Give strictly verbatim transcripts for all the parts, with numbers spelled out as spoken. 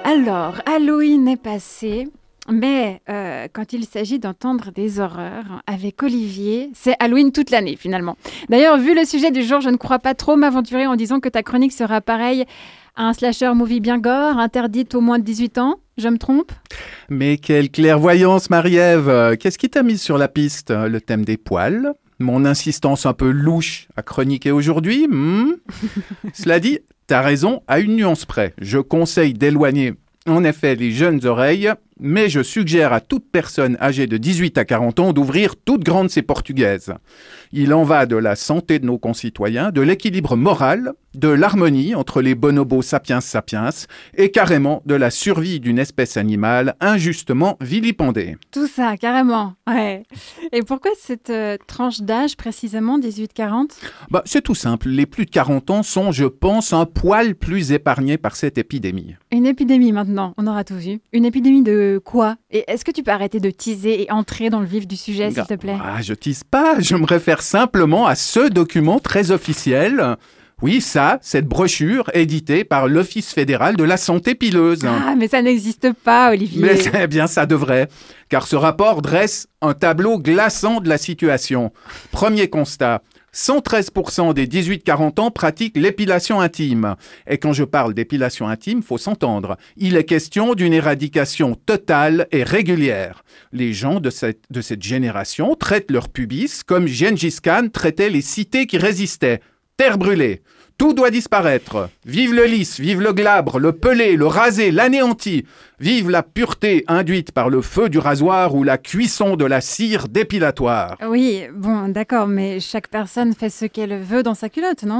Alors, Halloween est passé, mais euh, quand il s'agit d'entendre des horreurs avec Olivier, c'est Halloween toute l'année finalement. D'ailleurs, vu le sujet du jour, je ne crois pas trop m'aventurer en disant que ta chronique sera pareille à un slasher movie bien gore, interdite aux moins de dix-huit ans. Je me trompe ? Mais quelle clairvoyance, Marie-Ève ! Qu'est-ce qui t'a mise sur la piste ? Le thème des poils ? Mon insistance un peu louche à chroniquer aujourd'hui hmm Cela dit, t'as raison à une nuance près. Je conseille d'éloigner en effet les jeunes oreilles, mais je suggère à toute personne âgée de dix-huit à quarante ans d'ouvrir toutes grandes ses portugaises. Il en va de la santé de nos concitoyens, de l'équilibre moral, de l'harmonie entre les bonobos sapiens sapiens et carrément de la survie d'une espèce animale injustement vilipendée. Tout ça, carrément, ouais. Et pourquoi cette euh, tranche d'âge précisément, dix-huit quarante ? Bah, c'est tout simple, les plus de quarante ans sont, je pense, un poil plus épargnés par cette épidémie. Une épidémie maintenant, on aura tout vu. Une épidémie de quoi ? Et est-ce que tu peux arrêter de teaser et entrer dans le vif du sujet, s'il te plaît ? Ah, je tease pas, je me réfère simplement à ce document très officiel. Oui, ça, cette brochure éditée par l'Office fédéral de la santé pileuse. Ah, mais ça n'existe pas, Olivier. Mais c'est bien, ça devrait. Car ce rapport dresse un tableau glaçant de la situation. Premier constat. cent treize pour cent des dix-huit quarante ans pratiquent l'épilation intime. Et quand je parle d'épilation intime, faut s'entendre. Il est question d'une éradication totale et régulière. Les gens de cette, de cette génération traitent leur pubis comme Gengis Khan traitait les cités qui résistaient. Terre brûlée. Tout doit disparaître. Vive le lisse, vive le glabre, le pelé, le rasé, l'anéanti. Vive la pureté induite par le feu du rasoir ou la cuisson de la cire dépilatoire. Oui, bon, d'accord, mais chaque personne fait ce qu'elle veut dans sa culotte, non ?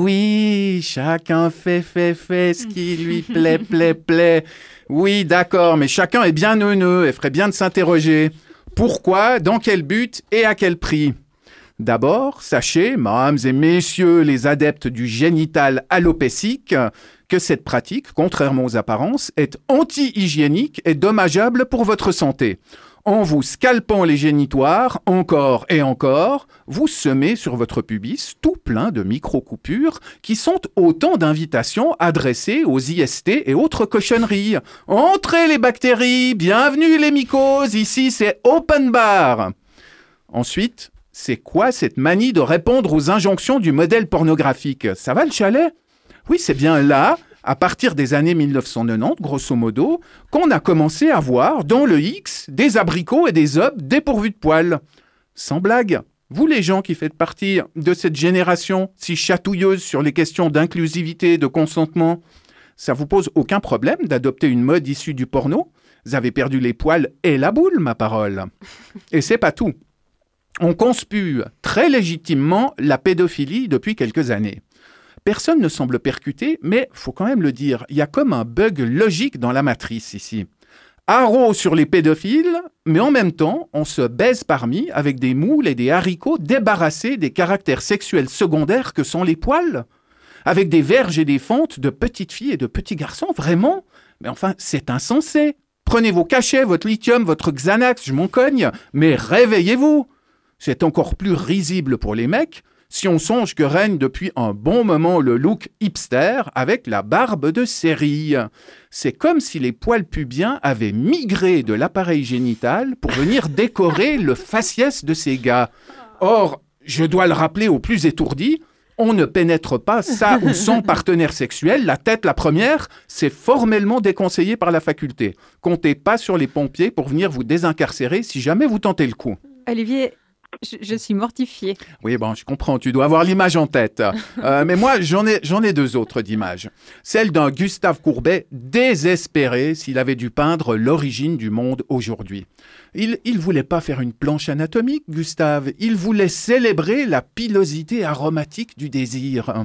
Oui, chacun fait, fait, fait ce qui lui plaît, plaît, plaît. Oui, d'accord, mais chacun est bien neuneux et ferait bien de s'interroger. Pourquoi, dans quel but et à quel prix ? D'abord, sachez, mesdames et messieurs les adeptes du génital alopécique, que cette pratique, contrairement aux apparences, est anti-hygiénique et dommageable pour votre santé. En vous scalpant les génitoires, encore et encore, vous semez sur votre pubis tout plein de micro-coupures qui sont autant d'invitations adressées aux I S T et autres cochonneries. Entrez les bactéries, bienvenue les mycoses, ici c'est open bar. Ensuite, c'est quoi cette manie de répondre aux injonctions du modèle pornographique ? Ça va le chalet ? Oui, c'est bien là, à partir des années mille neuf cent quatre-vingt-dix, grosso modo, qu'on a commencé à voir dans le X des abricots et des œufs dépourvus de poils. Sans blague, vous les gens qui faites partie de cette génération si chatouilleuse sur les questions d'inclusivité et de consentement, ça vous pose aucun problème d'adopter une mode issue du porno ? Vous avez perdu les poils et la boule, ma parole. Et c'est pas tout. On conspue très légitimement la pédophilie depuis quelques années. Personne ne semble percuté, mais faut quand même le dire, il y a comme un bug logique dans la matrice ici. Haro sur les pédophiles, mais en même temps, on se baise parmi avec des moules et des haricots débarrassés des caractères sexuels secondaires que sont les poils. Avec des verges et des fentes de petites filles et de petits garçons, vraiment ? Mais enfin, c'est insensé. Prenez vos cachets, votre lithium, votre Xanax, je m'en cogne, mais réveillez-vous. C'est encore plus risible pour les mecs si on songe que règne depuis un bon moment le look hipster avec la barbe de série. C'est comme si les poils pubiens avaient migré de l'appareil génital pour venir décorer le faciès de ces gars. Or, je dois le rappeler aux plus étourdis, on ne pénètre pas ça ou son partenaire sexuel, la tête la première, c'est formellement déconseillé par la faculté. Comptez pas sur les pompiers pour venir vous désincarcérer si jamais vous tentez le coup. Olivier, je, je suis mortifiée. Oui, bon, je comprends, tu dois avoir l'image en tête. Euh, mais moi, j'en ai, j'en ai deux autres d'images. Celle d'un Gustave Courbet désespéré s'il avait dû peindre l'origine du monde aujourd'hui. Il ne voulait pas faire une planche anatomique, Gustave. Il voulait célébrer la pilosité aromatique du désir.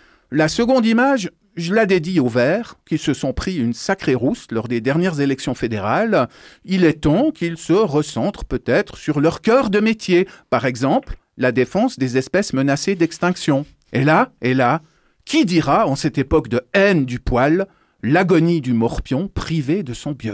La seconde image, je la dédie aux Verts, qui se sont pris une sacrée rousse lors des dernières élections fédérales. Il est temps qu'ils se recentrent peut-être sur leur cœur de métier. Par exemple, la défense des espèces menacées d'extinction. Et là, et là, qui dira, en cette époque de haine du poil, l'agonie du morpion privé de son biotope ?